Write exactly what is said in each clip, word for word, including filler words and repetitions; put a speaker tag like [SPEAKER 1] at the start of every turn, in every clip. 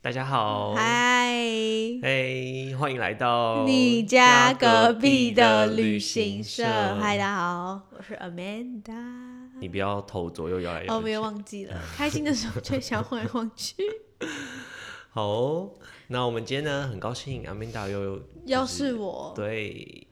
[SPEAKER 1] 大家好，
[SPEAKER 2] 嗨，
[SPEAKER 1] 嘿，欢迎来到
[SPEAKER 2] 你家隔壁的旅
[SPEAKER 1] 行
[SPEAKER 2] 行社。嗨，大家好，我是 Amanda。
[SPEAKER 1] 你不要头左右摇来摇去。
[SPEAKER 2] 哦，我又忘记了，开心的时候就想晃来晃去。
[SPEAKER 1] 好、哦，那我们今天呢，很高兴 Amanda 又、就是、
[SPEAKER 2] 又是我。
[SPEAKER 1] 对。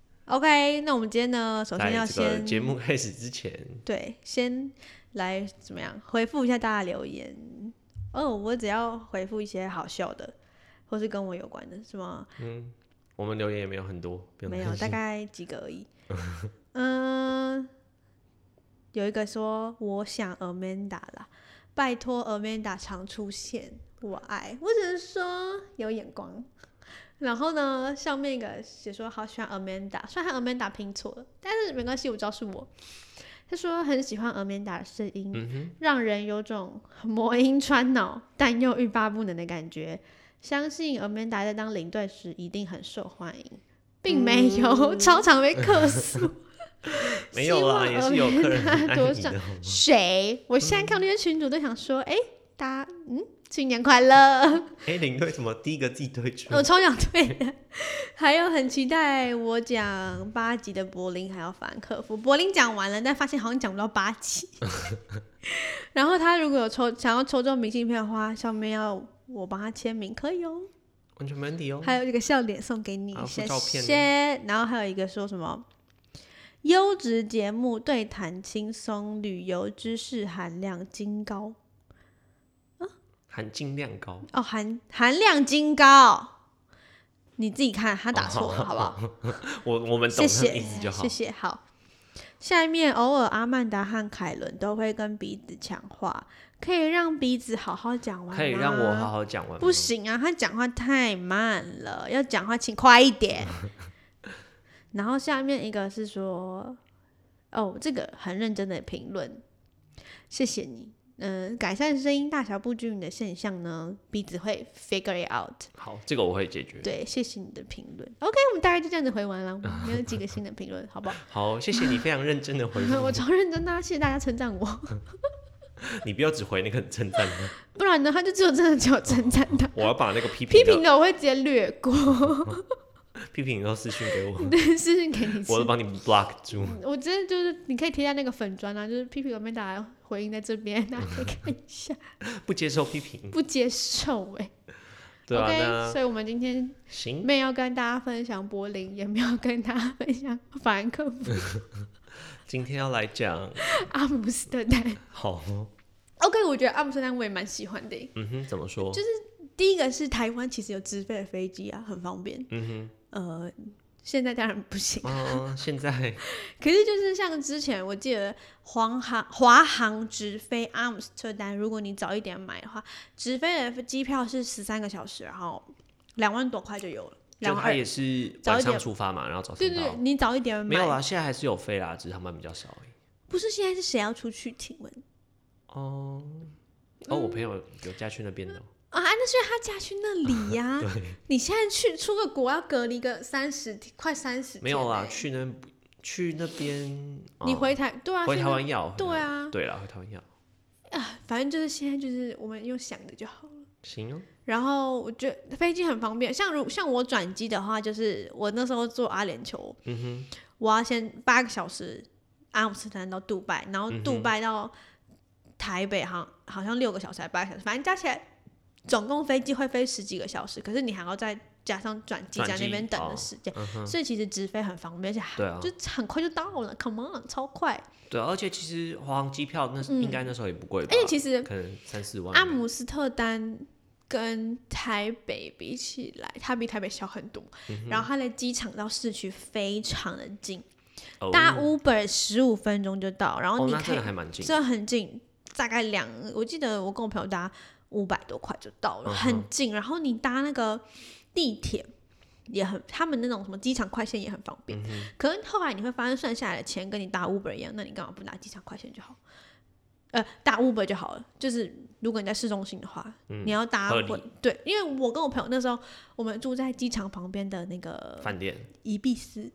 [SPEAKER 2] OK， 那我们今天呢，首先要先
[SPEAKER 1] 节目开始之前，
[SPEAKER 2] 对，先来怎么样回复一下大家留言。哦，我只要回复一些好笑的，或是跟我有关的，是吗？
[SPEAKER 1] 嗯，我们留言也没有很多，不用担心，
[SPEAKER 2] 没有，大概几个而已。嗯，有一个说我想 Amanda 啦，拜托 Amanda 常出现，我爱。我只能说有眼光。然后呢，上面一个写说好喜欢 Amanda， 虽然 Amanda 拼错了，但是没关系，我知道是我。他说很喜欢 Amanda 的声音、嗯，让人有种魔音穿脑但又欲罢不能的感觉。相信 Amanda 在当领队时一定很受欢迎，并没有、嗯、超常被客诉。
[SPEAKER 1] 没有啦，也是有客人很爱你的。
[SPEAKER 2] 谁？我现在看那些群主都想说，哎、嗯，大家嗯。新年快乐！
[SPEAKER 1] 哎，领队怎么第一个自己推出？
[SPEAKER 2] 我超想推的，还有很期待我讲八集的柏林还要法兰克福。柏林讲完了，但发现好像讲不到八集。然后他如果有抽想要抽中明信片的话，上面要我帮他签名，可以哦，
[SPEAKER 1] 完全没问题哦。
[SPEAKER 2] 还有一个笑脸送给你，
[SPEAKER 1] 谢
[SPEAKER 2] 谢。然后还有一个说什么优质节目对谈轻松，旅游知识含量精高。
[SPEAKER 1] 含金量高
[SPEAKER 2] 哦，含含量金高，你自己看，他打错了，哦、好不好？
[SPEAKER 1] 我我们懂那个意思就好。
[SPEAKER 2] 谢谢，好。下面偶尔阿曼达和凯伦都会跟鼻子抢话，可以让鼻子好好讲完吗？
[SPEAKER 1] 可以让我好好讲完吗？
[SPEAKER 2] 不行啊，他讲话太慢了，要讲话请快一点。然后下面一个是说，哦，这个很认真的评论，谢谢你。嗯，改善声音大小不均匀的现象呢，鼻子会 figure it out。
[SPEAKER 1] 好，这个我会解决。
[SPEAKER 2] 对，谢谢你的评论。OK， 我们大概就这样子回完了。我们有几个新的评论，好不好？
[SPEAKER 1] 好，谢谢你非常认真的回复。
[SPEAKER 2] 我超认真的、啊，谢谢大家称赞我。
[SPEAKER 1] 你不要只回那个称赞的，
[SPEAKER 2] 不然呢，他就只有真的只有称赞的。
[SPEAKER 1] 我要把那个批评
[SPEAKER 2] 批评的我会直接略过。
[SPEAKER 1] 批评都私讯给我，
[SPEAKER 2] 对，私讯给你，
[SPEAKER 1] 我都帮你 block 住。
[SPEAKER 2] 我真的就是你可以贴在那个粉专啊，就是批评有没有打回应在这边，大家可以看一下。
[SPEAKER 1] 不接受批评，
[SPEAKER 2] 不接受哎、欸。
[SPEAKER 1] 对啊
[SPEAKER 2] ，OK， 所以我们今天没有要跟大家分享柏林，也没有跟大家分享法兰克福。
[SPEAKER 1] 今天要来讲
[SPEAKER 2] 阿姆斯特丹。
[SPEAKER 1] 好
[SPEAKER 2] ，OK， 我觉得阿姆斯特丹我也蛮喜欢的、欸。
[SPEAKER 1] 嗯哼，怎么说？
[SPEAKER 2] 就是第一个是台湾其实有直飞的飞机啊，很方便。
[SPEAKER 1] 嗯哼。
[SPEAKER 2] 呃，现在当然不行、啊。
[SPEAKER 1] 哦，现在。
[SPEAKER 2] 可是就是像之前我记得华航华航直飞阿姆斯特丹，如果你早一点买的话，直飞的机票是十三个小时，然后两万多块就有了。
[SPEAKER 1] 就它也是晚上出发嘛，然后早上到。
[SPEAKER 2] 对对，你早一点买。
[SPEAKER 1] 没有啦，现在还是有飞啦，只是航班比较少而已。
[SPEAKER 2] 不是，现在是谁要出去？请问？
[SPEAKER 1] 哦，哦，我朋友有家去那边的。
[SPEAKER 2] 啊，那是因为他家去那里呀、啊。你现在去出个国要隔离个三十天，快三十天、欸。
[SPEAKER 1] 没有啦，去那去那边。
[SPEAKER 2] 你回台、哦、对啊，
[SPEAKER 1] 回台湾要。
[SPEAKER 2] 对啊，
[SPEAKER 1] 对啦，回台湾要。
[SPEAKER 2] 啊，反正就是现在就是我们用想的就好了。
[SPEAKER 1] 行哦。
[SPEAKER 2] 然后我觉得飞机很方便，像如像我转机的话，就是我那时候坐阿联酋，
[SPEAKER 1] 嗯哼，
[SPEAKER 2] 我要先八个小时阿姆斯特丹到杜拜，然后杜拜到台北好像好像六个小时还八个小时，反正加起来。总共飞机会飞十几个小时，可是你还要再加上转机在那边等的时间、哦嗯，所以其实直飞很方便，而且、啊、就很快就到了 ，Come on， 超快。
[SPEAKER 1] 对、啊，而且其实华航机票那、嗯、应该那时候也不贵吧？
[SPEAKER 2] 而且其实
[SPEAKER 1] 可能三四万。
[SPEAKER 2] 阿姆斯特丹跟台北比起来，它比台北小很多，嗯、然后它的机场到市区非常的近，哦、搭 Uber 十五分钟就到，然后你可以，哦、
[SPEAKER 1] 那真的还蛮近，
[SPEAKER 2] 真的很近，大概两，我记得我跟我朋友搭。五百多块就到了，很近。然后你搭那个地铁也很，他们那种什么机场快线也很方便。嗯、可是后来你会发现，算下来的钱跟你搭 Uber 一样，那你干嘛不搭机场快线就好？呃，搭 Uber 就好了。就是如果你在市中心的话，嗯、你要搭对，因为我跟我朋友那时候我们住在机场旁边的那个
[SPEAKER 1] 饭店
[SPEAKER 2] 宜碧斯。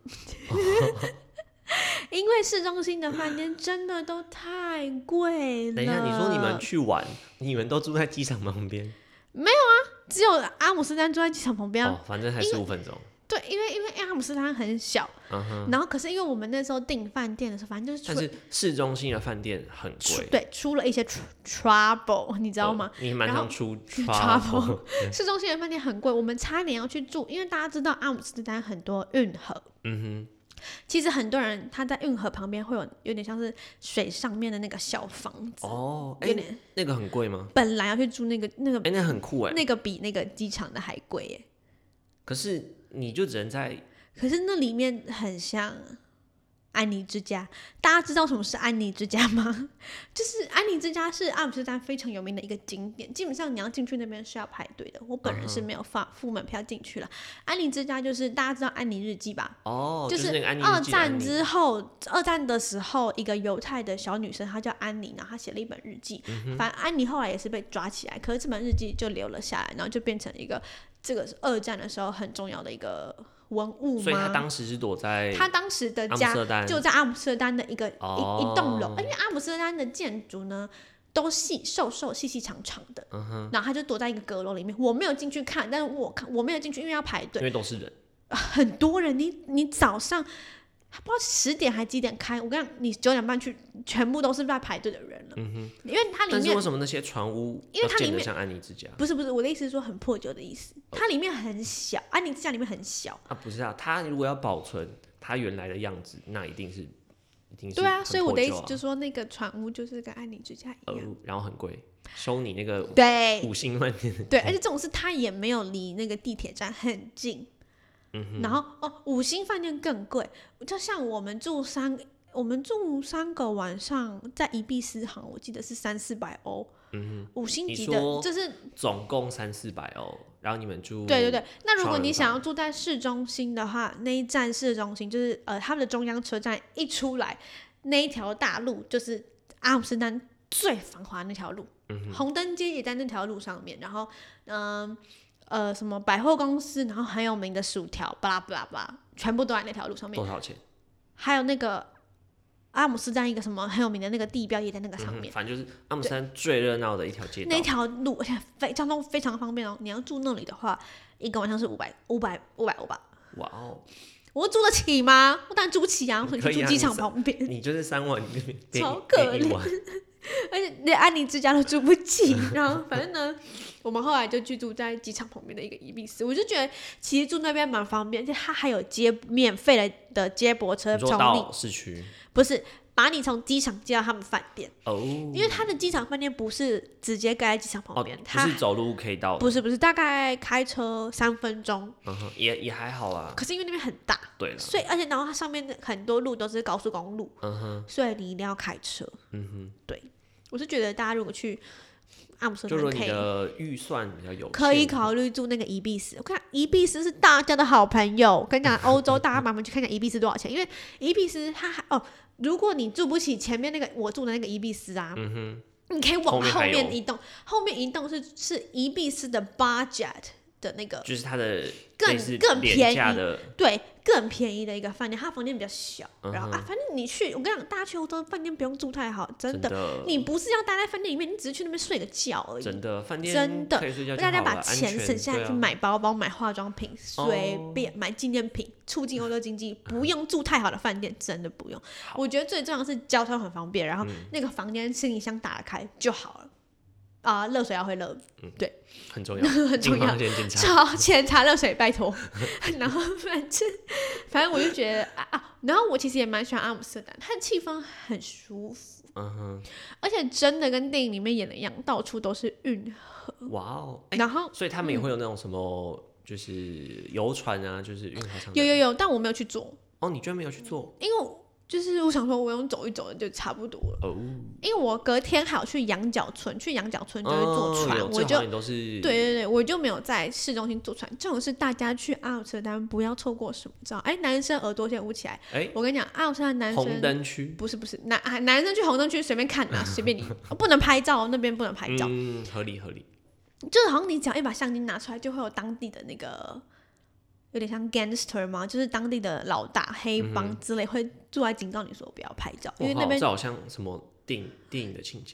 [SPEAKER 2] 因为市中心的饭店真的都太贵了。
[SPEAKER 1] 等一下，你说你们去玩，你们都住在机场旁边？
[SPEAKER 2] 只有阿姆斯特丹住在机场旁边、啊
[SPEAKER 1] 哦，反正才十五分钟。
[SPEAKER 2] 对，因为因为阿姆斯特丹很小，
[SPEAKER 1] 嗯、
[SPEAKER 2] 然后可是因为我们那时候订饭店的时候，反正就是
[SPEAKER 1] 但是市中心的饭店很贵，
[SPEAKER 2] 对，出了一些 tr trouble， 你知道吗？
[SPEAKER 1] 哦、你蛮常出
[SPEAKER 2] trouble， 市中心的饭店很贵，我们差点要去住，因为大家知道阿姆斯特丹很多运河，
[SPEAKER 1] 嗯哼。
[SPEAKER 2] 其实很多人他在运河旁边会有有点像是水上面的那个小房子
[SPEAKER 1] 哦，哎、
[SPEAKER 2] 欸，
[SPEAKER 1] 那个很贵吗？
[SPEAKER 2] 本来要去住那个那个，
[SPEAKER 1] 哎、欸，那很酷哎，
[SPEAKER 2] 那个比那个机场的还贵耶。
[SPEAKER 1] 可是你就只能在，
[SPEAKER 2] 可是那里面很像安妮之家，大家知道什么是安妮之家吗？就是安妮之家是阿姆斯特丹非常有名的一个景点，基本上你要进去那边是要排队的。我本人是没有发付门票进去了。安妮之家就是大家知道安妮日记吧？
[SPEAKER 1] 哦，
[SPEAKER 2] 就是
[SPEAKER 1] 那个安妮
[SPEAKER 2] 二
[SPEAKER 1] 日记的安妮
[SPEAKER 2] 战之后，二战的时候，一个犹太的小女生，她叫安妮，然后她写了一本日记。
[SPEAKER 1] 嗯、
[SPEAKER 2] 反正安妮后来也是被抓起来，可是这本日记就留了下来，然后就变成一个这个是二战的时候很重要的一个文物吗？
[SPEAKER 1] 所以他当时是躲在
[SPEAKER 2] 他当时的家就在阿姆斯特丹的一个、
[SPEAKER 1] 哦、
[SPEAKER 2] 一一栋楼，因为阿姆斯特丹的建筑呢都细瘦瘦细细长长的、
[SPEAKER 1] 嗯，
[SPEAKER 2] 然后他就躲在一个阁楼里面。我没有进去看，但是我看我没有进去，因为要排队，
[SPEAKER 1] 因为都是人，
[SPEAKER 2] 很多人。你你早上不知道十点还几点开，我跟你讲，你九点半去，全部都是在排队的人了。
[SPEAKER 1] 嗯哼，
[SPEAKER 2] 因为它里面，
[SPEAKER 1] 但是为什么那些船屋
[SPEAKER 2] 因为它里面
[SPEAKER 1] 像安妮之家？
[SPEAKER 2] 不是不是，我的意思是说很破旧的意思。它里面很小，安妮之家里面很小
[SPEAKER 1] 啊，不是啊，它如果要保存它原来的样子，那一定是一定是
[SPEAKER 2] 对啊，所以我的意思
[SPEAKER 1] 啊
[SPEAKER 2] 就是说，那个船屋就是跟安妮之家一样，
[SPEAKER 1] 呃、然后很贵，收你那个
[SPEAKER 2] 对
[SPEAKER 1] 五星饭店的
[SPEAKER 2] 对，而且这种是它也没有离那个地铁站很近。
[SPEAKER 1] 嗯、
[SPEAKER 2] 然后哦，五星饭店更贵，就像我们住三，我们住三个晚上在宜碧斯行，我记得是三四百欧。
[SPEAKER 1] 嗯，
[SPEAKER 2] 五星级的，就是
[SPEAKER 1] 总共三四百欧，然后你们住
[SPEAKER 2] 对对对。那如果你想要住在市中心的话，那一站市中心就是呃，他们的中央车站一出来，那一条大路就是阿姆斯特丹最繁华的那条路，
[SPEAKER 1] 嗯、
[SPEAKER 2] 红灯街也在那条路上面，然后嗯。呃呃，什么百货公司，然后很有名的薯条，巴拉巴拉巴拉，全部都在那条路上面。
[SPEAKER 1] 多少钱？
[SPEAKER 2] 还有那个阿姆斯特丹一个什么很有名的那个地标也在那个上面。
[SPEAKER 1] 嗯、反正就是阿姆斯特丹最热闹的一条街道。
[SPEAKER 2] 那条路而且非交通非常方便哦。你要住那里的话，一个晚上是五百五百五百欧吧。
[SPEAKER 1] 哇哦！
[SPEAKER 2] 我住得起吗？我当然住不起啊！我
[SPEAKER 1] 可以啊，
[SPEAKER 2] 住机场旁边，
[SPEAKER 1] 你就是三万，你
[SPEAKER 2] 超可怜。而且连安妮之家都住不起，然后反正呢，我们后来就居住在机场旁边的一个伊比斯，我就觉得其实住那边蛮方便，而且它还有接免费的的接驳车从你
[SPEAKER 1] 到市区，
[SPEAKER 2] 不是把你从机场接到他们饭店
[SPEAKER 1] 哦，
[SPEAKER 2] 因为他的机场饭店不是直接盖在机场旁边，
[SPEAKER 1] 哦，
[SPEAKER 2] 不
[SPEAKER 1] 是走路可以到的，
[SPEAKER 2] 不是不是，大概开车三分钟，
[SPEAKER 1] 嗯哼，也也还好啦。
[SPEAKER 2] 可是因为那边很大，
[SPEAKER 1] 对了，
[SPEAKER 2] 所以而且然后它上面的很多路都是高速公路，
[SPEAKER 1] 嗯哼，
[SPEAKER 2] 所以你一定要开车，
[SPEAKER 1] 嗯哼，
[SPEAKER 2] 对。我是觉得大家如果去阿姆斯特丹，
[SPEAKER 1] 就如果你的预算比较有限，
[SPEAKER 2] 可以考虑住那个伊比斯。我看伊比斯是大家的好朋友。我跟你讲，欧洲大家麻烦去看看伊比斯多少钱，因为伊比斯它还哦，如果你住不起前面那个我住的那个伊比斯啊，
[SPEAKER 1] 嗯哼，
[SPEAKER 2] 你可以往后面移动，后面移动是是伊比斯的 budget 的那个，
[SPEAKER 1] 就是它的
[SPEAKER 2] 更更便宜
[SPEAKER 1] 的，
[SPEAKER 2] 对，更便宜的一个饭店，它房间比较小，
[SPEAKER 1] 嗯、
[SPEAKER 2] 然后啊，反正你去，我跟你讲，大家去欧洲饭店不用住太好，真的，
[SPEAKER 1] 真的
[SPEAKER 2] 你不是要待在饭店里面，你只是去那边睡个觉而已，
[SPEAKER 1] 真的，饭店
[SPEAKER 2] 真的，
[SPEAKER 1] 可以睡觉就好了，
[SPEAKER 2] 大家把钱省下来去买包包、
[SPEAKER 1] 啊、
[SPEAKER 2] 买化妆品，随便、哦、买纪念品，促进欧洲经济，不用住太好的饭店，真的不用。我觉得最重要的是交通很方便，然后那个房间行李箱打开就好了。啊，热水要会热，
[SPEAKER 1] 嗯，
[SPEAKER 2] 对，
[SPEAKER 1] 很重要，
[SPEAKER 2] 很重要，超检查热水，拜托。然后反正反正我就觉得啊啊，然后我其实也蛮喜欢阿姆斯特丹，它的气氛很舒服，
[SPEAKER 1] 嗯哼，
[SPEAKER 2] 而且真的跟电影里面演的一样，到处都是运河。
[SPEAKER 1] 哇哦，
[SPEAKER 2] 欸、然后
[SPEAKER 1] 所以他们也会有那种什么，嗯、就是游船啊，就是运河上。
[SPEAKER 2] 有有有，但我没有去坐。
[SPEAKER 1] 哦，你居然没有去坐？
[SPEAKER 2] 因为就是我想说，我用走一走的就差不多了。
[SPEAKER 1] 哦，
[SPEAKER 2] 因为我隔天还有去羊角村，去羊角村就会坐船，
[SPEAKER 1] 哦、
[SPEAKER 2] 我就
[SPEAKER 1] 都是
[SPEAKER 2] 对对对，我就没有在市中心坐船。这种是大家去阿姆斯特丹不要错过什么，知道？哎，男生耳朵先捂起来。哎，我跟你讲，阿姆斯特丹男生
[SPEAKER 1] 红灯区
[SPEAKER 2] 不是不是男男生去红灯区随便看啊，随便你，不能拍照，那边不能拍照。
[SPEAKER 1] 嗯，合理合理。
[SPEAKER 2] 就是好像你只要一把相机拿出来，就会有当地的那个。有点像 gangster 吗？就是当地的老大黑帮之类，嗯、会出来警告你说不要拍照，因为那边
[SPEAKER 1] 这好像什么电电影的情节。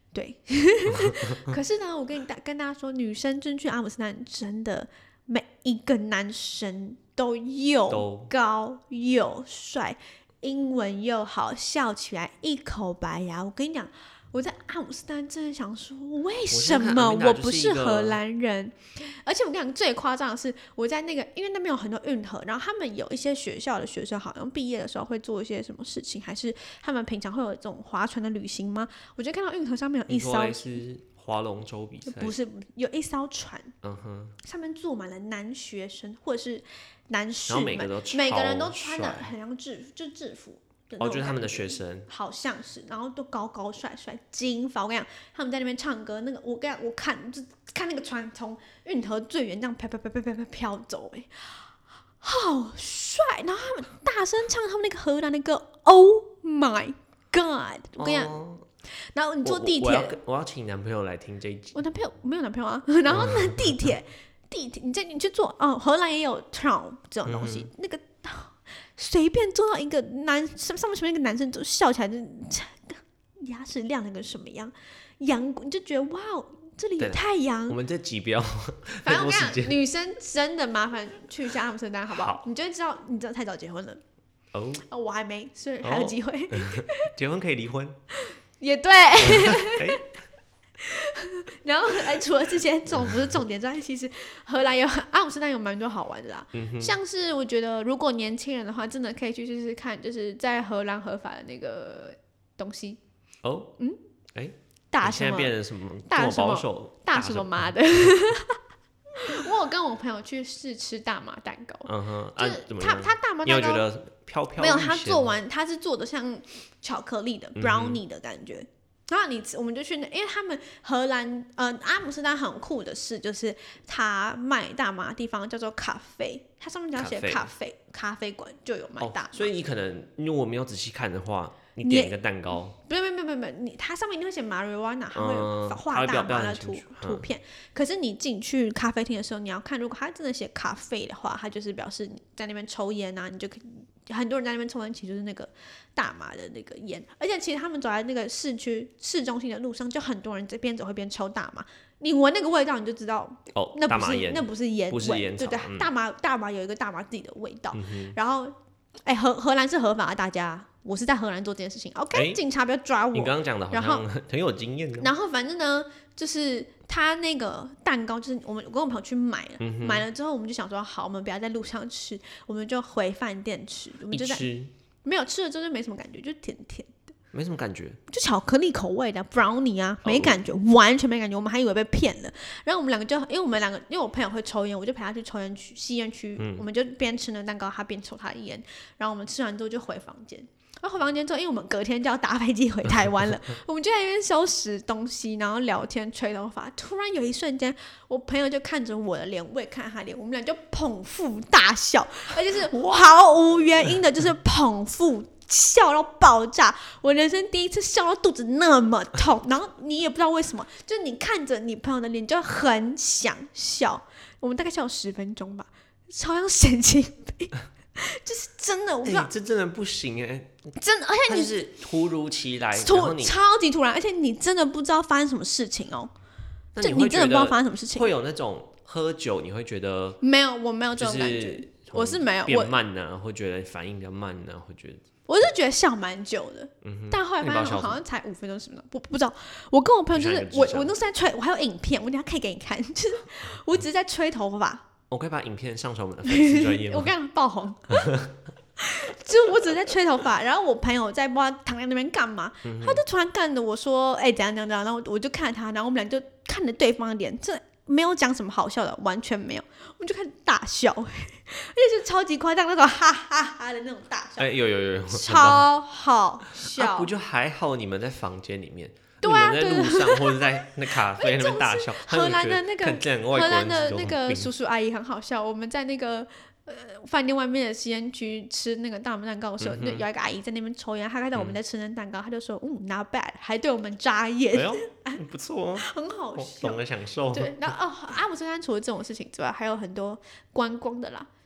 [SPEAKER 2] 对，可是呢，我跟你大跟大家说，女生真去阿姆斯特丹真的每一个男生都又高又帅，英文又好，笑起来一口白牙。我跟你讲，我在阿姆斯特丹真的想说，为什么我不是荷兰人？而且我跟你讲，最夸张的是，我在那个，因为那边有很多运河，然后他们有一些学校的学生好像毕业的时候会做一些什么事情，还是他们平常会有这种划船的旅行吗？我就看到运河上面有一艘，
[SPEAKER 1] 是划龙舟比赛，
[SPEAKER 2] 不是有一艘船，
[SPEAKER 1] 嗯哼，
[SPEAKER 2] 上面坐满了男学生或者是男士们，
[SPEAKER 1] 每个都
[SPEAKER 2] 每个人都穿的很像制服，就制服。
[SPEAKER 1] 哦，就是他们的学生，
[SPEAKER 2] 好像是，然后都高高帅帅，金发。我跟你讲，他们在那边唱歌，那个我跟你讲，我看就看那个船从运河最远这样飘飘飘飘飘飘飘走，哎，好帅！然后他们大声唱他们那个荷兰的歌 ，Oh my God！ 我跟你讲，哦、然后你坐地铁，
[SPEAKER 1] 我, 我, 要我要请男朋友来听这一集。
[SPEAKER 2] 我男朋友没有男朋友啊，然后呢，地铁地铁，你在你去坐哦，荷兰也有 tram 这种东西，嗯、那个。随便坐到一个男上面随便一个男生就笑起来就牙齿亮的跟什么样，阳光你就觉得哇，这里有太阳。
[SPEAKER 1] 我们这集不要，
[SPEAKER 2] 反正我跟你讲，女生真的麻烦去一下阿姆斯特丹好不好？好，你就会知道，你知道太早结婚了。哦，哦我还没，所以还有机会。哦、
[SPEAKER 1] 结婚可以离婚，
[SPEAKER 2] 也对。欸然后，哎，除了这些这种不是重点之外，其实荷兰有阿姆斯特丹有蛮多好玩的啦。嗯、像是我觉得，如果年轻人的话，真的可以去试试看，就是在荷兰合法的那个东西。
[SPEAKER 1] 哦，嗯，哎、欸，
[SPEAKER 2] 大什么？
[SPEAKER 1] 现在变成什么？
[SPEAKER 2] 大什么？
[SPEAKER 1] 保守
[SPEAKER 2] 大什么妈的？我有跟我朋友去试吃大麻蛋糕，嗯哼，就是他、啊、他大麻蛋糕，
[SPEAKER 1] 你有觉得飘飘？
[SPEAKER 2] 没有，他做完他是做的像巧克力的、嗯、brownie 的感觉。然后你我们就去那，因为他们荷兰呃阿姆斯特丹很酷的是，就是他卖大麻的地方叫做咖啡，它上面只要写咖啡，咖啡馆就有卖大麻、哦。
[SPEAKER 1] 所以你可能如果没有仔细看的话，你点一个蛋糕，
[SPEAKER 2] 不是，没有没有没有，你它上面一定会写 marijuana， 它会有画大麻的图、嗯、图片。可是你进去咖啡厅的时候，你要看，如果它真的写咖啡的话，它就是表示你在那边抽烟啊，你就可以。很多人在那边抽烟，其实就是那个大麻的那个烟，而且其实他们走在那个市区市中心的路上，就很多人这边走会边抽大麻，你闻那个味道你就知道，
[SPEAKER 1] 哦，
[SPEAKER 2] 那不
[SPEAKER 1] 是
[SPEAKER 2] 那不是烟味，对对，
[SPEAKER 1] 嗯、
[SPEAKER 2] 大麻大麻有一个大麻自己的味道，嗯、然后，哎、欸，荷荷兰是合法的，大家，我是在荷兰做这件事情 ，OK，、欸、警察不要抓我。
[SPEAKER 1] 你刚刚讲的好像很有经验、哦、
[SPEAKER 2] 然后反正呢，就是他那个蛋糕，就是我们我跟我朋友去买了，嗯、买了之后我们就想说，好，我们不要在路上吃，我们就回饭店吃，我们就在
[SPEAKER 1] 吃
[SPEAKER 2] 没有吃了之后就没什么感觉，就甜甜的，
[SPEAKER 1] 没什么感觉，
[SPEAKER 2] 就巧克力口味的 brownie 啊，没感觉， oh. 完全没感觉，我们还以为被骗了。然后我们两个就，因为我们两个，因为我朋友会抽烟，我就陪他去抽烟区、吸烟区、嗯，我们就边吃那蛋糕，他边抽他的烟。然后我们吃完之后就回房间。然后回房间之后，因为我们隔天就要搭飞机回台湾了，我们就在那边收拾东西，然后聊天、吹头发。突然有一瞬间，我朋友就看着我的脸，我也看他的脸，我们俩就捧腹大笑，而且是毫无原因的，就是捧腹。笑到爆炸，我人生第一次笑到肚子那么痛，然后你也不知道为什么，就你看着你朋友的脸就很想笑，我们大概笑了十分钟吧，超像神经病，就是真的，我不知道，
[SPEAKER 1] 欸、这真的不行哎、欸，
[SPEAKER 2] 真的，而且你
[SPEAKER 1] 是突如其来，
[SPEAKER 2] 突超级突然，而且你真的不知道发生什么事情哦，
[SPEAKER 1] 那你
[SPEAKER 2] 你真的不知道发生什么事情，
[SPEAKER 1] 会有那种喝酒你会觉得
[SPEAKER 2] 没有，我没有这种感觉，就是、我是没有
[SPEAKER 1] 变慢呢、啊，会觉得反应比较慢呢、啊，会觉得。
[SPEAKER 2] 我是觉得笑蛮久的、嗯，但后来发现我好像才五分钟什么的，不不知道。我跟我朋友就是我我那时候在吹，我还有影片，我等一下可以给你看，就是我只是在吹头发。
[SPEAKER 1] 我可以把影片上传我们的粉丝专页吗？
[SPEAKER 2] 我跟你爆红，就我只是在吹头发，然后我朋友在不知道躺在那边干嘛、嗯，他就突然干着我说：“哎、欸，怎样怎样怎样。”然后我就看着他，然后我们俩就看着对方的脸，这没有讲什么好笑的，完全没有，我们就开始大笑。而且是超级夸张那种哈哈哈的那种大笑，
[SPEAKER 1] 哎、欸，有有有有，
[SPEAKER 2] 超好笑。
[SPEAKER 1] 啊、不就还好？你们在房间里面，
[SPEAKER 2] 对啊，
[SPEAKER 1] 你们在路上或者在那咖啡那边大笑。
[SPEAKER 2] 荷兰的那个荷兰的那个叔叔阿姨很好笑。我们在那个呃饭店外面的吸烟区吃那个大麻蛋糕的时候，嗯、有一个阿姨在那边抽烟，她看到我们在吃那蛋糕，她、嗯、就说：“嗯 ，not bad， 还对我们眨眼。哎呦”
[SPEAKER 1] 不错哦，
[SPEAKER 2] 很好笑，
[SPEAKER 1] 懂得享受。
[SPEAKER 2] 对，然后哦，阿姆斯特丹除了这种事情之外，还有很多观光的啦。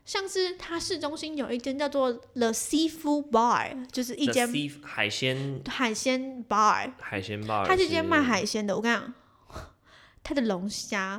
[SPEAKER 2] 像是它市中心有一间叫做 The Seafood Bar， 就是一间
[SPEAKER 1] The sea 海鲜
[SPEAKER 2] 海鲜 bar，
[SPEAKER 1] 海鲜 bar，
[SPEAKER 2] 它是一间卖海鲜的。我跟你讲，它的龙虾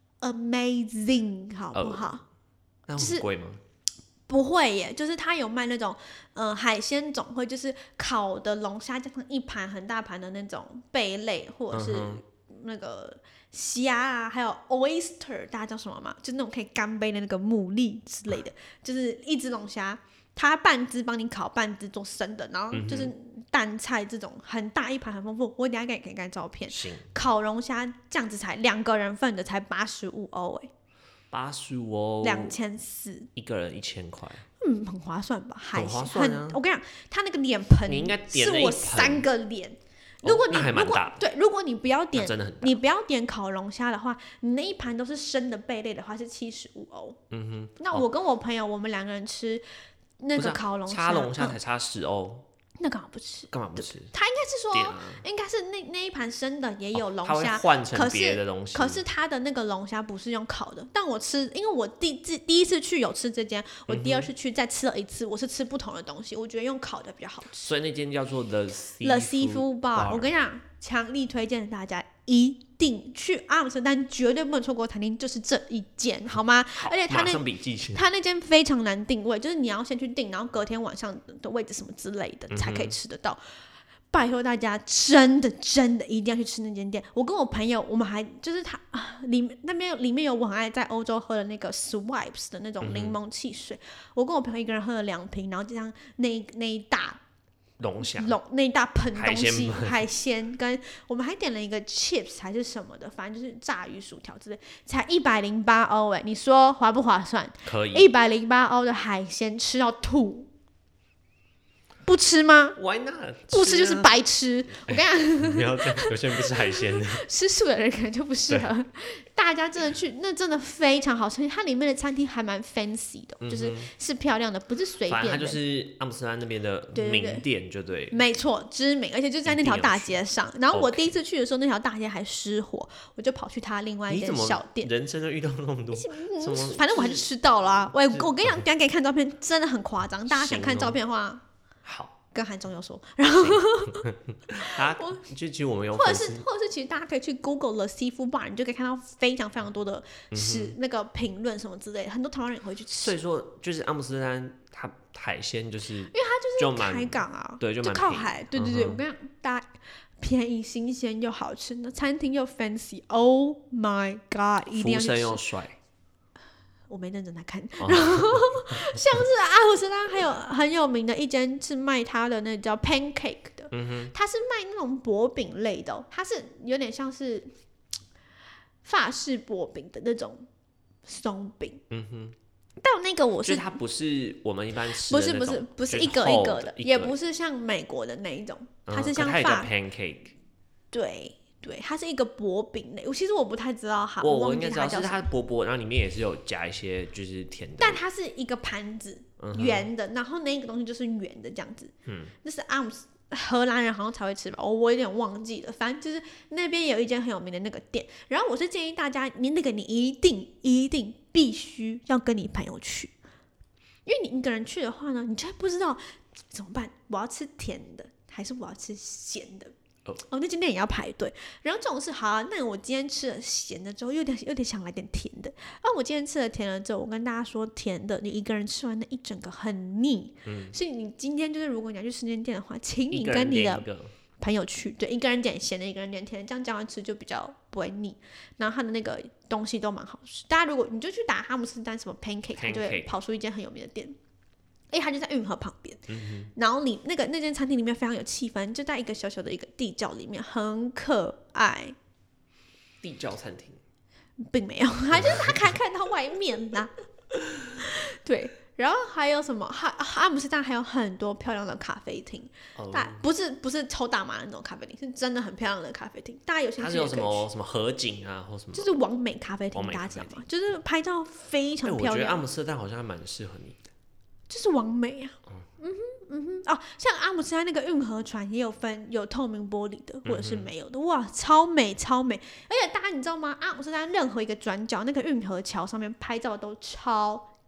[SPEAKER 2] amazing， 好不好？
[SPEAKER 1] 呃、那很贵吗？
[SPEAKER 2] 不会耶，就是它有卖那种呃海鲜总会，就是烤的龙虾加上一盘很大盘的那种贝类，或者是那个虾啊，还有 oyster， 大家知道什么吗？就是那种可以干杯的那个牡蛎之类的，就是一只龙虾，它半只帮你烤，半只做生的，然后就是淡菜这种很大一盘很丰富。我等一下给你看看照片，烤龙虾这样子才两个人份的才八十五欧哎。
[SPEAKER 1] 八十五欧，
[SPEAKER 2] 两千四，
[SPEAKER 1] 一个人一千块，
[SPEAKER 2] 嗯，很划算吧？
[SPEAKER 1] 很划算啊！
[SPEAKER 2] 我跟你讲，他那个脸盆，
[SPEAKER 1] 你应该点
[SPEAKER 2] 是我三个脸。如果你、
[SPEAKER 1] 哦、
[SPEAKER 2] 如果对，如果你不要点，
[SPEAKER 1] 真的很大，
[SPEAKER 2] 你不要点烤龙虾的话，你那一盘都是生的贝类的话是七十五欧。嗯哼，那我跟我朋友，哦、我们两个人吃那个烤龙虾，
[SPEAKER 1] 差龙虾才差十欧。
[SPEAKER 2] 那干嘛不吃？
[SPEAKER 1] 干嘛不吃？
[SPEAKER 2] 他应该是说，
[SPEAKER 1] 啊、
[SPEAKER 2] 应该是那那一盘生的也有龙虾，
[SPEAKER 1] 哦、他会换成别的东西。
[SPEAKER 2] 可是他的那个龙虾不是用烤的。但我吃，因为我第第一次去有吃这间，我第二次去再吃了一次，我是吃不同的东西，我觉得用烤的比较好吃。
[SPEAKER 1] 所以那间叫做 The
[SPEAKER 2] The Seafood Bar， 我跟你讲，强力推荐大家一定去阿姆斯特丹，绝对不能错过餐厅，就是这一间，好吗？
[SPEAKER 1] 好，
[SPEAKER 2] 而且他那他那间非常难定位，就是你要先去定，然后隔天晚上的位置什么之类的、嗯、才可以吃得到。拜托大家，真的真的一定要去吃那间店。我跟我朋友，我们还就是他里面那边里面有我很爱在欧洲喝的那个 Swipes 的那种柠檬汽水、嗯，我跟我朋友一个人喝了两瓶，然后就像那那一大。
[SPEAKER 1] 龙虾
[SPEAKER 2] 龙那一大盆东西，海鲜跟我们还点了一个 chips 还是什么的，反正就是炸鱼薯条之类，才一百零八欧哎，你说划不划算？
[SPEAKER 1] 可以，
[SPEAKER 2] 一百零八欧的海鲜吃到吐，不吃吗
[SPEAKER 1] ？Why not？
[SPEAKER 2] 不吃就是白吃。我跟你讲，
[SPEAKER 1] 不要这样，有些人不吃海鲜的，
[SPEAKER 2] 吃素的人可能就不适合。大家真的去，那真的非常好吃。它里面的餐厅还蛮 fancy 的、嗯，就是是漂亮的，不是随便的。
[SPEAKER 1] 反正它就是阿姆斯特丹那边的名店，就 对, 对, 对。
[SPEAKER 2] 没错，知名，而且就在那条大街上。然后我第一次去的时候，那条大街还失火，我就跑去它另外一间小店。
[SPEAKER 1] 人生都遇到那么多，
[SPEAKER 2] 嗯、反正我还是吃到了、啊。我我跟你讲，等一下给你看照片，真的很夸张。大家想看照片的话，
[SPEAKER 1] 好。
[SPEAKER 2] 跟韩中有说，然后
[SPEAKER 1] 他就其实我们有，
[SPEAKER 2] 或者是或者是其实大家可以去 Google The Seafood Bar， 你就可以看到非常非常多的是、嗯、那个评论什么之类的，很多台湾人也会去吃。
[SPEAKER 1] 所以说，就是阿姆斯特丹，它海鲜就是，因为
[SPEAKER 2] 它就是海港啊，
[SPEAKER 1] 对，就
[SPEAKER 2] 就靠海，对对对。嗯、我跟你讲，大家便宜、新鲜又好吃，那餐厅又 fancy，Oh my god， 一定要去吃。
[SPEAKER 1] 服务生又帅。
[SPEAKER 2] 我没认真在看，哦、然后像是阿姆斯特丹还有很有名的一间是卖它的那叫 pancake 的，嗯、它是卖那种薄饼类的、哦，它是有点像是法式薄饼的那种松饼。嗯哼，但那个我是，
[SPEAKER 1] 就是它不是我们一般吃的那种，
[SPEAKER 2] 不是不是不是一个一个的，也不是像美国的那一种，
[SPEAKER 1] 嗯、
[SPEAKER 2] 它是像
[SPEAKER 1] 法 pancake，
[SPEAKER 2] 对。对，它是一个薄饼类，其实我不太知道它，
[SPEAKER 1] 我
[SPEAKER 2] 我
[SPEAKER 1] 应该知道是它薄薄，然后里面也是有加一些就是甜的，
[SPEAKER 2] 但它是一个盘子圆、嗯、的，然后那个东西就是圆的这样子。嗯，那是阿姆斯荷兰人好像才会吃吧，我我有点忘记了，反正就是那边有一间很有名的那个店，然后我是建议大家，你那个你一定一定必须要跟你朋友去，因为你一个人去的话呢，你就会不知道怎么办，我要吃甜的还是我要吃咸的。哦, 哦，那间店也要排队。然后这种是好、啊，那我今天吃了咸的之后，有点有点想来点甜的。啊，我今天吃了甜的之后，我跟大家说，甜的你一个人吃完那一整个很腻。嗯，所以你今天就是如果你要去吃那间店的话，请你跟你的朋友去，对，一个人点咸的，一个人点甜的，这样这样吃就比较不会腻。然后它的那个东西都蛮好吃。大家如果你就去打哈姆斯特丹什么 pancake， 它就会跑出一间很有名的店。哎，它就在运河旁边、嗯，然后你那个那间餐厅里面非常有气氛，就在一个小小的一个地窖里面，很可爱。
[SPEAKER 1] 地窖餐厅，
[SPEAKER 2] 并没有，它就是它看看到外面啦。对，然后还有什么？哈阿姆斯特丹还有很多漂亮的咖啡厅，但、哦、不是不是抽大麻的那种咖啡厅，是真的很漂亮的咖啡厅。大家有兴趣也可以去。它是有什
[SPEAKER 1] 么什么河景啊，或什么？
[SPEAKER 2] 就是完美咖啡厅，大家知道吗？就是拍照非常漂亮。
[SPEAKER 1] 我觉得阿姆斯特丹好像还蛮适合你的。
[SPEAKER 2] 就是完美啊，嗯哼嗯哼哦，像阿姆斯特丹那个运河船也有分有透明玻璃的或者是没有的，哇，超美超美！而且大家你知道吗？阿姆斯特丹任何一个转角那个运河桥上面拍照都超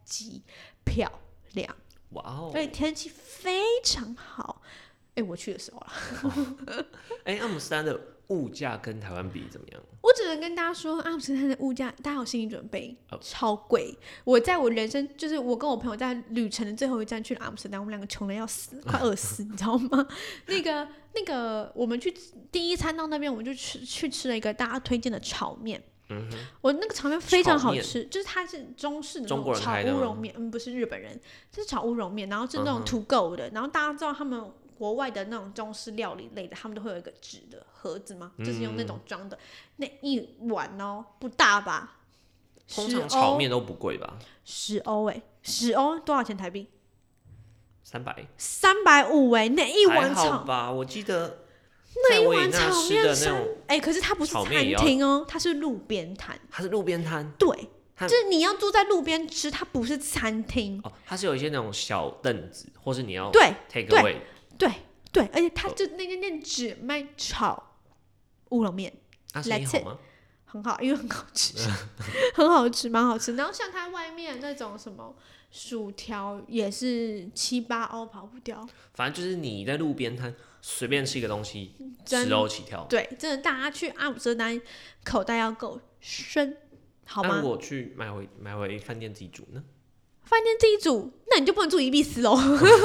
[SPEAKER 2] 级漂亮，
[SPEAKER 1] 哇哦！
[SPEAKER 2] 而且天气非常好。哎、欸，我去的时候啦。
[SPEAKER 1] 哎、哦，阿姆斯特丹的物价跟台湾比怎么样？
[SPEAKER 2] 我只能跟大家说，阿姆斯特丹的物价，大家有心理准备，哦、超贵。我在我人生，就是我跟我朋友在旅程的最后一站去了阿姆斯特丹，我们两个穷的要死，快饿死，你知道吗？那个那个，我们去第一餐到那边，我们就吃去吃了一个大家推荐的炒面。嗯哼，我那个炒面非常好吃，就是它是中式的那种炒乌龙面，嗯，不是日本人，是炒乌龙面，然后是那种 to go 的，嗯、然后大家知道他们。国外的那种中式料理类的，他们都会有一个纸的盒子嘛，嗯、就是用那种装的，那一碗哦不大吧？
[SPEAKER 1] 通常炒面都不贵吧？
[SPEAKER 2] 十欧哎，十欧多少钱台币？
[SPEAKER 1] 三百。
[SPEAKER 2] 三百五哎，那一碗炒
[SPEAKER 1] 还好吧？我记得
[SPEAKER 2] 那一碗炒面
[SPEAKER 1] 三
[SPEAKER 2] 哎，可是它不是餐厅哦，它是路边摊。
[SPEAKER 1] 它是路边摊。
[SPEAKER 2] 对。就是你要坐在路边吃，它不是餐厅。
[SPEAKER 1] 哦，它是有一些那种小凳子，或是你要
[SPEAKER 2] 对
[SPEAKER 1] take away。
[SPEAKER 2] 对对，而且他就那间店只卖炒乌龙面，
[SPEAKER 1] 那生意好吗？
[SPEAKER 2] 很好，因为很好吃，很好吃，蛮好吃。然后像它外面那种什么薯条也是七八欧跑不掉。
[SPEAKER 1] 反正就是你在路边摊随便吃一个东西，十欧起跳。
[SPEAKER 2] 对，真的，大家去阿姆斯特丹口袋要够深，好吗？
[SPEAKER 1] 那如果去买回买回饭店自己煮呢？
[SPEAKER 2] 饭店自己煮，那你就不能住伊比斯喽。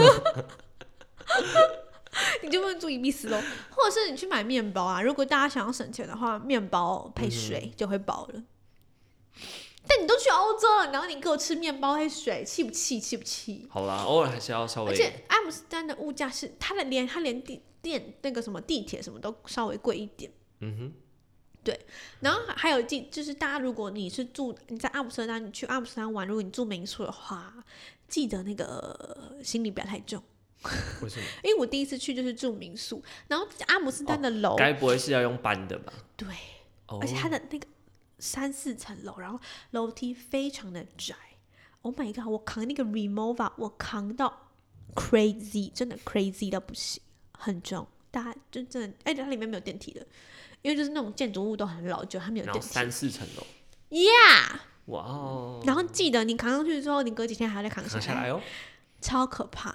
[SPEAKER 2] 你就不能住伊比斯咯，或者是你去买面包啊。如果大家想要省钱的话，面包配水就会饱了。嗯、但你都去欧洲了，然后你给我吃面包配水，气不气？气不气？
[SPEAKER 1] 好啦，偶尔还是要稍微。
[SPEAKER 2] 而且阿姆斯特丹的物价是，它的连它连地电那个什么地铁什么都稍微贵一点。嗯哼。对，然后还有记，就是大家如果你是住你在阿姆斯特丹，你去阿姆斯特丹玩，如果你住民宿的话，记得那个行李不要太重。
[SPEAKER 1] 为什么？
[SPEAKER 2] 因为我第一次去就是住民宿，然后阿姆斯特丹的楼，
[SPEAKER 1] 该、哦、不会是要用搬的吧？
[SPEAKER 2] 对，哦、而且它的那个三四层楼，然后楼梯非常的窄。Oh my god！ 我扛那个 Remova， 我扛到 crazy， 真的 crazy 到不行，很重。大家就真的，哎、欸，它里面没有电梯的，因为就是那种建筑物都很老旧，它没有电梯。
[SPEAKER 1] 然后三四层楼
[SPEAKER 2] ，Yeah！
[SPEAKER 1] 哇哦！
[SPEAKER 2] 然后记得你扛上去之后，你隔几天还要再扛下来，
[SPEAKER 1] 扛下来哦。
[SPEAKER 2] 超可怕。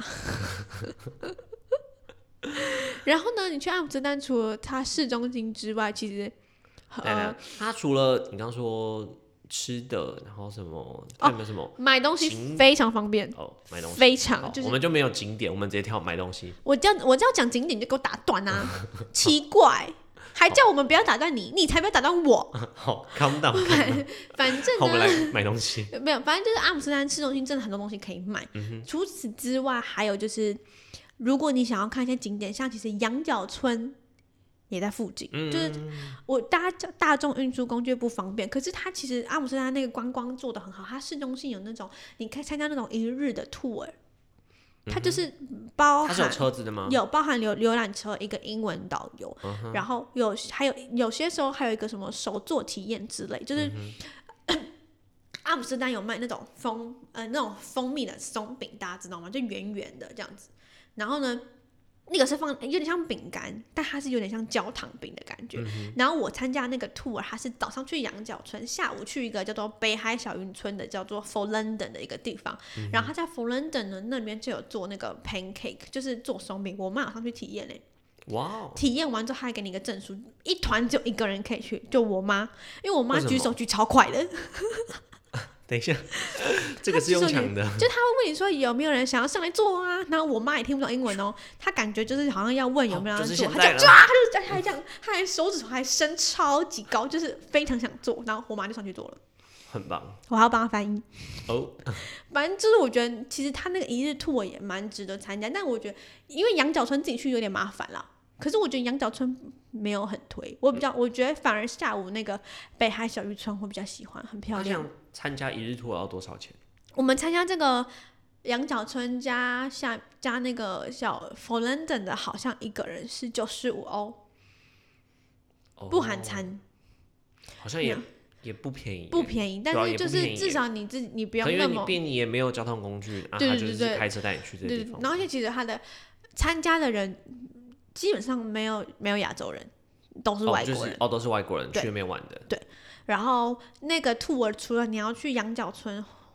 [SPEAKER 2] 然后呢，你去阿姆斯特丹除了它市中心之外，其实
[SPEAKER 1] 呃，它除了你刚说吃的，然后什么，还有没有什么、哦、
[SPEAKER 2] 买东西非常方便
[SPEAKER 1] 哦，买东西
[SPEAKER 2] 非常、就是，
[SPEAKER 1] 我们就没有景点，我们直接跳买东西。
[SPEAKER 2] 我叫我叫讲景点，你就给我打断啊！奇怪。还叫我们不要打断你，你才不要打断我。
[SPEAKER 1] 好 ，calm down。
[SPEAKER 2] 反正呢，
[SPEAKER 1] 我们来买东西。
[SPEAKER 2] 没有，反正就是阿姆斯特丹市中心真的很多东西可以买。嗯、除此之外，还有就是，如果你想要看一些景点，像其实羊角村也在附近，嗯、就是我搭大众运输工具不方便，可是它其实阿姆斯特丹那个观光做得很好，它市中心有那种你可以参加那种一日的 tour。它就是包含，它
[SPEAKER 1] 是有车子的吗？
[SPEAKER 2] 有包含浏浏览车，一个英文导游，嗯、然后有还有有些时候还有一个什么手作体验之类，就是、嗯、阿姆斯特丹有卖那种蜂呃那种蜂蜜的松饼，大家知道吗？就圆圆的这样子，然后呢，那个是放有点像饼干，但它是有点像焦糖饼的感觉。嗯、然后我参加那个 tour， 它是早上去羊角村，下午去一个叫做北海小渔村的叫做 Follenden 的一个地方。嗯、然后他在 Follenden 呢那边就有做那个 pancake， 就是做松饼。我妈有上去体验嘞、欸，哇、wow ！体验完之后，他还给你一个证书，一团只有一个人可以去，就我妈，因为我妈举手举超快的。
[SPEAKER 1] 等一下，这个是用抢的，
[SPEAKER 2] 就他会问你说有没有人想要上来做啊？然后我妈也听不懂英文哦，她感觉就是好像要问有没有人做，她、哦、就抓，她就她还这样，她还手指头还伸超级高，就是非常想做，然后我妈就上去做了，
[SPEAKER 1] 很棒。
[SPEAKER 2] 我还要帮她翻译
[SPEAKER 1] 哦。
[SPEAKER 2] 反正就是我觉得其实他那个一日 tour 也蛮值得参加，但我觉得因为羊角村自己去有点麻烦啦。可是我觉得羊角村没有很推，我比较我觉得反而下午那个北海小渔村我比较喜欢，很漂亮。
[SPEAKER 1] 参加一日 tour 要多少钱？
[SPEAKER 2] 我们参加这个羊角村加下加那个小 Follenden 的，好像一个人是九十五欧，不含餐，
[SPEAKER 1] 好像也、嗯、也不便宜，
[SPEAKER 2] 不便宜，但是就是至少你自己你不用那么，
[SPEAKER 1] 因为你便你也没有交通工具，啊、对对对对，他就是开车带你去这些地方。
[SPEAKER 2] 然后而且其实他的参加的人基本上没有没有亚洲人，都是外国人，
[SPEAKER 1] 哦，就是、哦都是外国人去那边玩的，
[SPEAKER 2] 对。然后那个 tour 除了你要去羊角村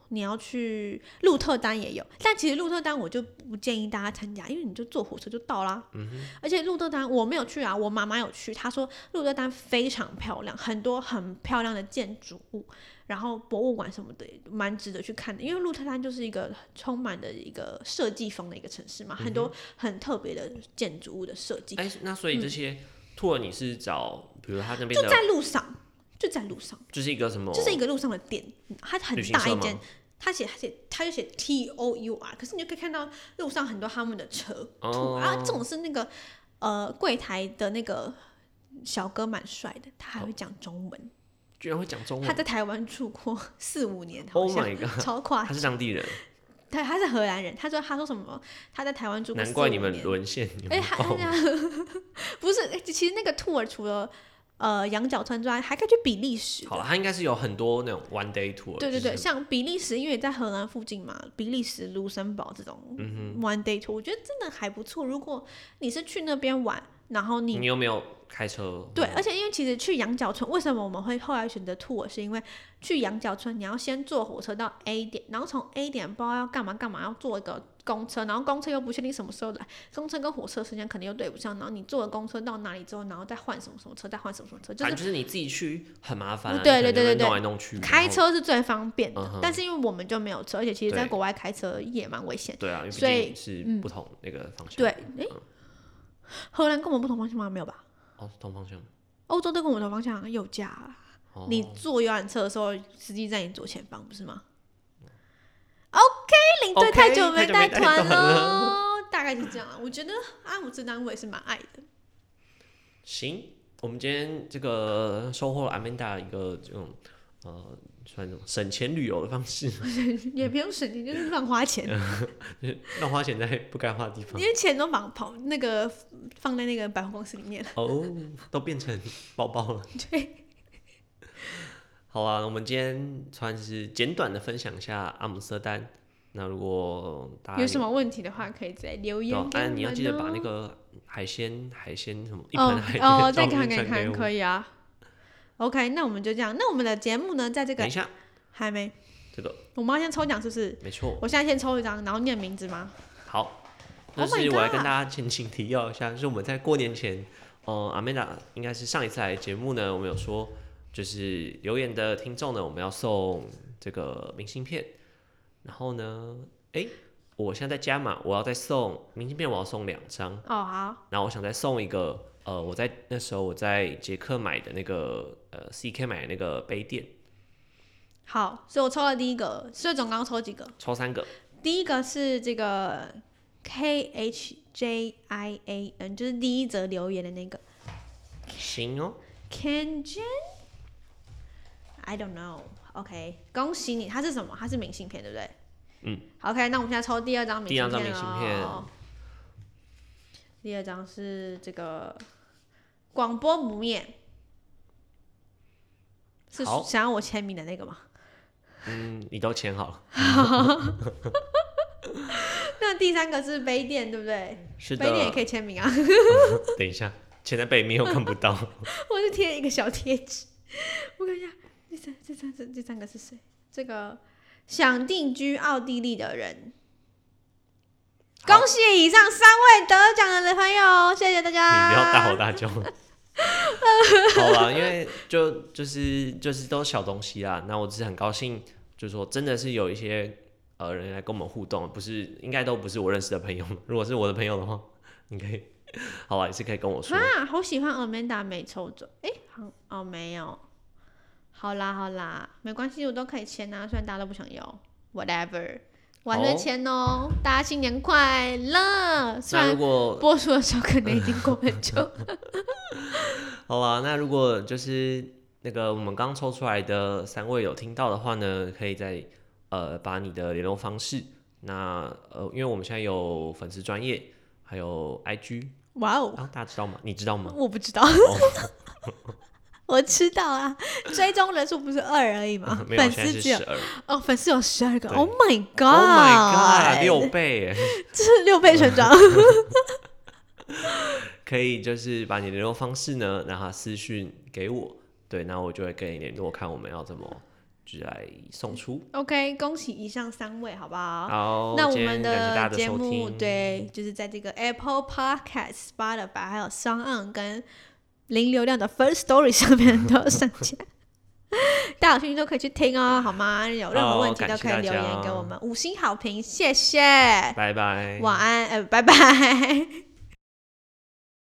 [SPEAKER 2] 你要去鹿特丹也有，但其实鹿特丹我就不建议大家参加，因为你就坐火车就到啦。嗯、而且鹿特丹我没有去啊，我妈妈有去，她说鹿特丹非常漂亮，很多很漂亮的建筑物，然后博物馆什么的蛮值得去看的。因为鹿特丹就是一个充满的一个设计风的一个城市嘛，嗯、很多很特别的建筑物的设计。
[SPEAKER 1] 哎，那所以这些 tour 你是找，比如他那边
[SPEAKER 2] 就在路上。就在路上，
[SPEAKER 1] 就是一个什么？
[SPEAKER 2] 就是一个路上的店，它很大一间，它写它写它就写 T O U R， 可是你就可以看到路上很多他们的车，哦、啊，这种是那个呃柜台的那个小哥蛮帅的，他还会讲中文，
[SPEAKER 1] 居然会讲中文，
[SPEAKER 2] 他在台湾住过四五年，好像
[SPEAKER 1] ，Oh my god，
[SPEAKER 2] 超夸张，
[SPEAKER 1] 他是当地人。
[SPEAKER 2] 对，他是荷兰人。他说：“他说什么？他在台湾住过四五年。”
[SPEAKER 1] 难怪你们沦陷。
[SPEAKER 2] 哎、欸，他不是、欸，其实那个 tour 除了呃羊角川之外，还可以去比利时。
[SPEAKER 1] 好了，它应该是有很多那种 one day tour。
[SPEAKER 2] 对对对，
[SPEAKER 1] 就是、
[SPEAKER 2] 像比利时，因为在荷兰附近嘛，比利时、卢森堡这种 one day tour，、嗯、我觉得真的还不错。如果你是去那边玩，然后你
[SPEAKER 1] 你有没有开车？
[SPEAKER 2] 对，而且因为其实去羊角村，为什么我们会后来选择 tour， 是因为去羊角村你要先坐火车到 A 点，然后从 A 点不知道要干嘛干嘛，要坐一个公车，然后公车又不确定什么时候来，公车跟火车时间可能又对不上，然后你坐了公车到哪里之后，然后再换什么什么车，再换什么什么车，就是
[SPEAKER 1] 反正就是你自己去很麻烦、啊，
[SPEAKER 2] 对对对对对，
[SPEAKER 1] 弄来弄去，
[SPEAKER 2] 开车是最方便的，
[SPEAKER 1] 嗯、
[SPEAKER 2] 但是因为我们就没有车，而且其实在国外开车也蛮危险，
[SPEAKER 1] 对啊，
[SPEAKER 2] 所以
[SPEAKER 1] 是不同那个方向。
[SPEAKER 2] 对，哎、嗯，荷兰跟我们不同方向吗？没有吧？
[SPEAKER 1] 哦，同方向。
[SPEAKER 2] 欧洲都跟我们同方向，右驾、啊哦。你坐游览车的时候，司机在你左前方，不是吗、嗯、？OK， 领队太久没带团了，大概是这样。我觉得阿姆斯特丹我也是蛮爱的。
[SPEAKER 1] 行，我们今天这个收获了 Amanda 一个这种呃，算这种省钱旅游的方式，
[SPEAKER 2] 也不用省钱，就是乱花钱，
[SPEAKER 1] 乱花钱在不该花的地方，
[SPEAKER 2] 因为钱都放跑那个放在那个百货公司里面了，
[SPEAKER 1] 哦，都变成包包了。
[SPEAKER 2] 对，
[SPEAKER 1] 好啊，我们今天算是简短的分享一下阿姆斯特丹。那如果大家
[SPEAKER 2] 有, 有什么问题的话，可以再留言给我们、哦。
[SPEAKER 1] 你要记得把那个海鲜海鲜什么一
[SPEAKER 2] 盆
[SPEAKER 1] 海鲜
[SPEAKER 2] 哦，再看看看，可以啊。OK， 那我们就这样。那我们的节目呢，在这个
[SPEAKER 1] 等一下
[SPEAKER 2] 还没
[SPEAKER 1] 这个，
[SPEAKER 2] 我们要先抽奖，是不是？
[SPEAKER 1] 没错。
[SPEAKER 2] 我现在先抽一张，然后念名字吗？
[SPEAKER 1] 好，但是我来跟大家前情提要一下，就是我们在过年前，呃，Amanda 应该是上一次来节目呢，我们有说，就是留言的听众呢，我们要送这个明信片。然后呢，哎，我现在在加码，我要再送明信片，我要送两张。
[SPEAKER 2] 哦，好。
[SPEAKER 1] 然后我想再送一个。呃，我在那时候我在捷克买的那个呃 C K 买的那个杯垫。
[SPEAKER 2] 好，所以我抽了第一个，所以总共抽几个？
[SPEAKER 1] 抽三个。
[SPEAKER 2] 第一个是这个 K H J I A N， 就是第一则留言的那个。
[SPEAKER 1] 行哦。
[SPEAKER 2] Kenjin I don't know。OK， 恭喜你，它是什么？它是明信片，对不对？
[SPEAKER 1] 嗯。
[SPEAKER 2] OK， 那我们现在抽第二张明信片。
[SPEAKER 1] 第二张明信片。
[SPEAKER 2] 第二张是这个。广播母面是想要我签名的那个吗？
[SPEAKER 1] 嗯，你都签好了。
[SPEAKER 2] 那第三个是杯垫，对不对？
[SPEAKER 1] 是的，
[SPEAKER 2] 杯垫也可以签名啊。
[SPEAKER 1] 等一下，签在背面我看不到。
[SPEAKER 2] 我是贴一个小贴纸。我看一下，第三、第三、第三个是谁？这个想定居奥地利的人。恭喜以上三位得奖的朋友，谢谢大家。
[SPEAKER 1] 你不要大吼大叫。好啦，因为就就是就是都是小东西啦。那我只是很高兴，就是说真的是有一些呃人来跟我们互动，不是应该都不是我认识的朋友。如果是我的朋友的话，你可以好啦，也是可以跟我说。
[SPEAKER 2] 啊，好喜欢 Amanda 没抽走，哎、欸，好哦没有。好啦好啦，没关系，我都可以签啊，虽然大家都不想要 ，whatever。晚上签哦，大家新年快乐！虽然播出的时候可能已经过很久。
[SPEAKER 1] 好啦，那如果就是那个我们刚抽出来的三位有听到的话呢，可以再呃把你的联络方式，那呃因为我们现在有粉丝专页，还有 I G。
[SPEAKER 2] 哇哦！
[SPEAKER 1] 啊，大家知道吗？你知道吗？
[SPEAKER 2] 我不知道。哦我知道啊，追踪人数不是二而已吗？
[SPEAKER 1] 没有，
[SPEAKER 2] 粉丝只有哦，粉丝有十二个。Oh my god！Oh
[SPEAKER 1] my god！ 六倍耶！
[SPEAKER 2] 这是六倍成长。
[SPEAKER 1] 可以就是把你的联络方式呢，让他私讯给我，对，那我就会跟你联络，看我们要怎么就来送出。
[SPEAKER 2] OK， 恭喜以上三位，好不好？
[SPEAKER 1] 好，
[SPEAKER 2] 那我们
[SPEAKER 1] 的
[SPEAKER 2] 节目对，就是在这个 Apple Podcast、Spotify 还有 SoundOn 跟零流量的 First Story 上面都有上架。大家有兴趣都可以去听哦，好吗？有任何问题都可以留言给我们，五星好评，谢谢，
[SPEAKER 1] 拜拜，
[SPEAKER 2] 晚安，呃，拜拜。